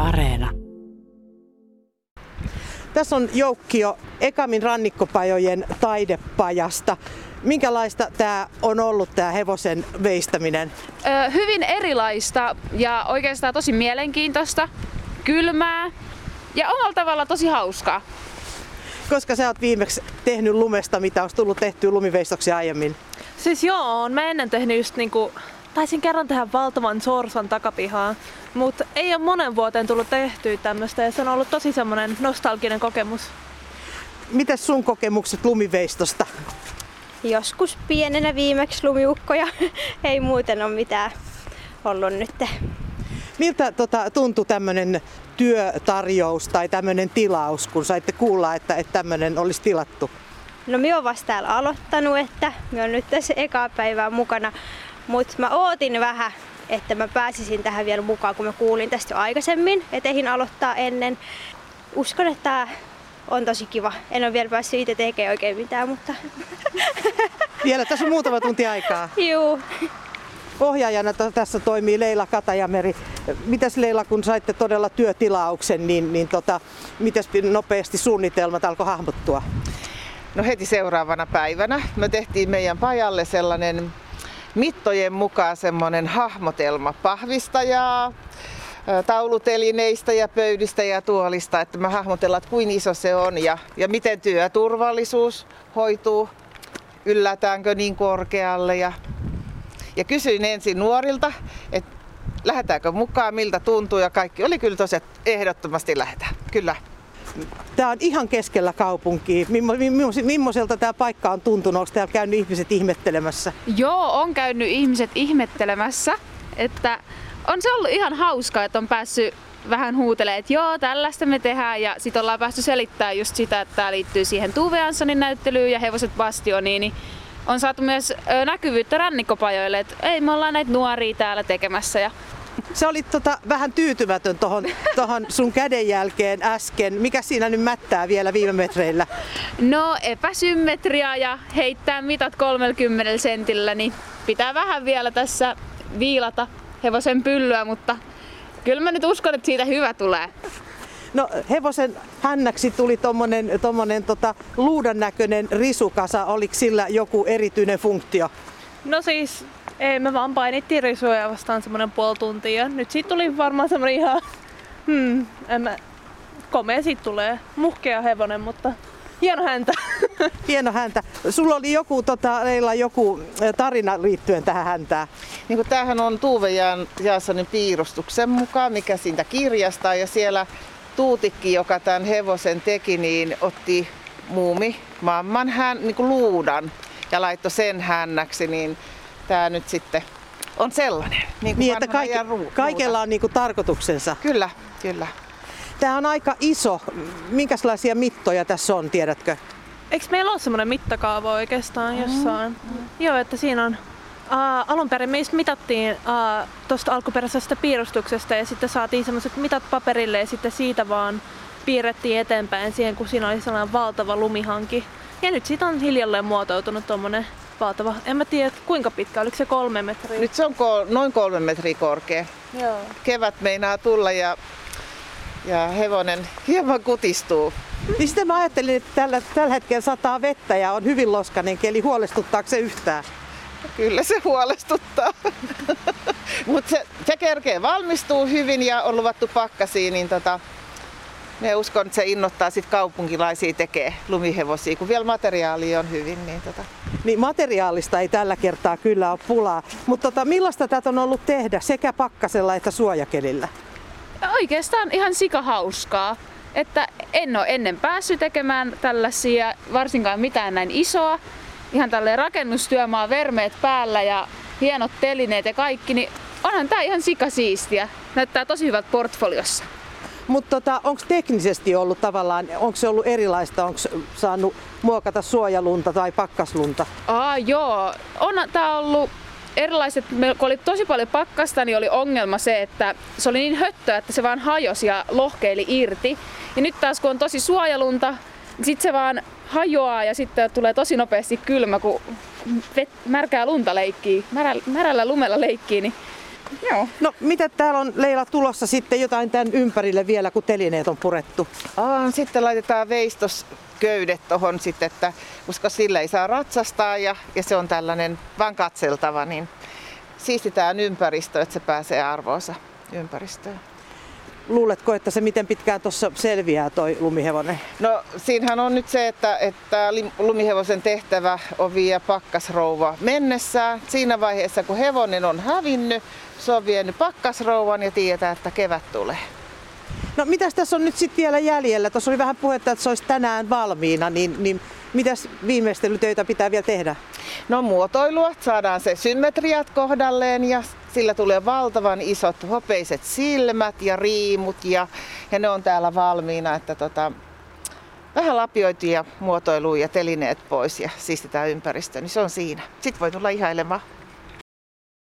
Areena. Tässä on joukkio Ekamin rannikkopajojen taidepajasta. Minkälaista tämä on ollut tämä hevosen veistäminen? Hyvin erilaista ja oikeastaan tosi mielenkiintoista, kylmää ja omalla tavalla tosi hauskaa. Koska sä oot viimeksi tehnyt lumesta, mitä on tullut tehtyä lumiveistoksia aiemmin? Siis joo, mä ennen tehnyt just taisin kerran tehdä valtavan sorsan takapihaa, mutta ei ole monen vuoteen tullut tehtyä tämmöistä ja se on ollut tosi semmoinen nostalginen kokemus. Mites sun kokemukset lumiveistosta? Joskus pienenä viimeksi lumiukkoja, ei muuten ole mitään ollut nyt. Miltä tuntui tämmöinen työtarjous tai tämmöinen tilaus, kun saitte kuulla, että tämmöinen olisi tilattu? No minä olen vasta täällä aloittanut, että minä olen nyt tässä ekaa päivää mukana, mutta mä ootin vähän, että mä pääsisin tähän vielä mukaan, kun mä kuulin tästä jo aikaisemmin, että eihin aloittaa ennen. Uskon, että tämä on tosi kiva. En ole vielä päässyt itse tekemään oikein mitään, mutta... Vielä tässä on muutama tunti aikaa. Juu. Ohjaajana tässä toimii Leila Katajameri. Mitäs Leila, kun saitte todella työtilauksen, niin mitäs nopeasti suunnitelmat alkoi hahmottua? No heti seuraavana päivänä me tehtiin meidän pajalle sellainen mittojen mukaan semmoinen hahmotelma pahvistajaa, taulutelineistä ja pöydistä ja tuolista, että me hahmotellaan, että kuinka iso se on ja miten työturvallisuus hoituu, yllätäänkö niin korkealle. Ja kysyin ensin nuorilta, että lähdetäänkö mukaan, miltä tuntuu ja kaikki oli kyllä tosiaan ehdottomasti lähdetään, kyllä. Tämä on ihan keskellä kaupunkia. Mimmoiselta tämä paikka on tuntunut? Onko täällä käynyt ihmiset ihmettelemässä? Joo, on käynyt ihmiset ihmettelemässä, että on se ollut ihan hauskaa, että on päässyt vähän huutelemaan, että joo, tällaista me tehdään ja sitten ollaan päästy selittämään just sitä, että tämä liittyy siihen Tove Janssonin näyttelyyn ja Hevoset Bastioniin, niin on saatu myös näkyvyyttä rannikkopajoille, että ei, me ollaan näitä nuoria täällä tekemässä. Sä olit vähän tyytymätön tohon sun kädenjälkeen äsken. Mikä siinä nyt mättää vielä viime metreillä? No epäsymmetria ja heittää mitat 30 sentillä, niin pitää vähän vielä tässä viilata hevosen pyllyä, mutta kyllä mä nyt uskon, että siitä hyvä tulee. No hevosen hännäksi tuli tommonen luudan näköinen risukasa. Oliko sillä joku erityinen funktio? No siis, ei, me vaan painittiin risuja vastaan semmoinen puoli tuntia. Nyt siitä tuli varmaan semmoinen ihan, komea siitä tulee. Muhkea hevonen, mutta hieno häntä. Hieno häntä. Sulla oli Leila, joku tarina liittyen tähän häntään. Niin tämähän on Tove Janssonin piirustuksen mukaan, mikä siitä kirjasta ja siellä Tuutikki, joka tämän hevosen teki, niin otti mamman luudan ja laittoi sen hännäksi, niin tämä nyt sitten on sellainen. Niin että kaikella on tarkoituksensa. Kyllä, kyllä. Tämä on aika iso. Minkälaisia mittoja tässä on, tiedätkö? Eikö meillä ole semmoinen mittakaava oikeastaan jossain? Joo, että siinä on alun perin meistä mitattiin tuosta alkuperäisestä piirustuksesta ja sitten saatiin semmoiset mitat paperille ja sitten siitä vaan piirrettiin eteenpäin siihen, kun siinä oli sellainen valtava lumihanki. Ja nyt siitä on hiljalleen muotoutunut tommonen valtava, en mä tiedä kuinka pitkä, oliko se 3 metriä? Nyt se on noin 3 metriä korkea. Joo. Kevät meinaa tulla ja hevonen hieman kutistuu. Niin sitten mä ajattelin, että tällä hetkellä sataa vettä ja on hyvin loskainen keli. Huolestuttaako se yhtään? Kyllä se huolestuttaa. Mutta se kerkee valmistuu hyvin ja on luvattu pakkasia, niin me uskon, että se innoittaa sit kaupunkilaisia tekee lumihevosia, kun vielä materiaalia on hyvin. Niin materiaalista ei tällä kertaa kyllä ole pulaa. Mutta millaista tätä on ollut tehdä sekä pakkasella että suojakelillä? Oikeastaan ihan sikahauskaa. Että en ole ennen päässyt tekemään tällaisia, varsinkaan mitään näin isoa. Ihan tälleen rakennustyömaa, vermeet päällä ja hienot telineet ja kaikki, niin onhan tää ihan sikasiistiä. Näyttää tosi hyvältä portfoliossa. Mutta onko teknisesti ollut tavallaan, onko se ollut erilaista, onko saanut muokata suojalunta tai pakkaslunta? Joo, on tää ollut erilaiset, kun oli tosi paljon pakkasta, niin oli ongelma se, että se oli niin höttöä, että se vaan hajosi ja lohkeili irti. Ja nyt taas kun on tosi suojalunta, niin sit se vaan hajoaa ja sitten tulee tosi nopeasti kylmä, kun märkää lunta leikkii, märällä lumella leikkii, niin Joo. No mitä täällä on Leila tulossa sitten jotain tämän ympärille vielä, kun telineet on purettu? Sitten laitetaan veistosköydet tohon sitten, että, koska sillä ei saa ratsastaa ja se on tällainen vaan katseltava, niin siistitään ympäristö, että se pääsee arvoonsa ympäristöön. Luuletko, että se miten pitkään tuossa selviää toi lumihevonen? No siinähän on nyt se, että lumihevosen tehtävä on viedä pakkasrouva mennessään. Siinä vaiheessa, kun hevonen on hävinnyt, se on vienyt pakkasrouvan ja tiedetään, että kevät tulee. No mitäs tässä on nyt sitten vielä jäljellä? Tuossa oli vähän puhetta, että se olisi tänään valmiina, niin mitäs viimeistelytöitä pitää vielä tehdä? No muotoilua, saadaan se symmetriat kohdalleen ja sillä tulee valtavan isot hopeiset silmät ja riimut ja ne on täällä valmiina, että vähän lapioitiin ja muotoilua ja telineet pois ja siistitään ympäristö, niin se on siinä. Sitten voi tulla ihailemaan.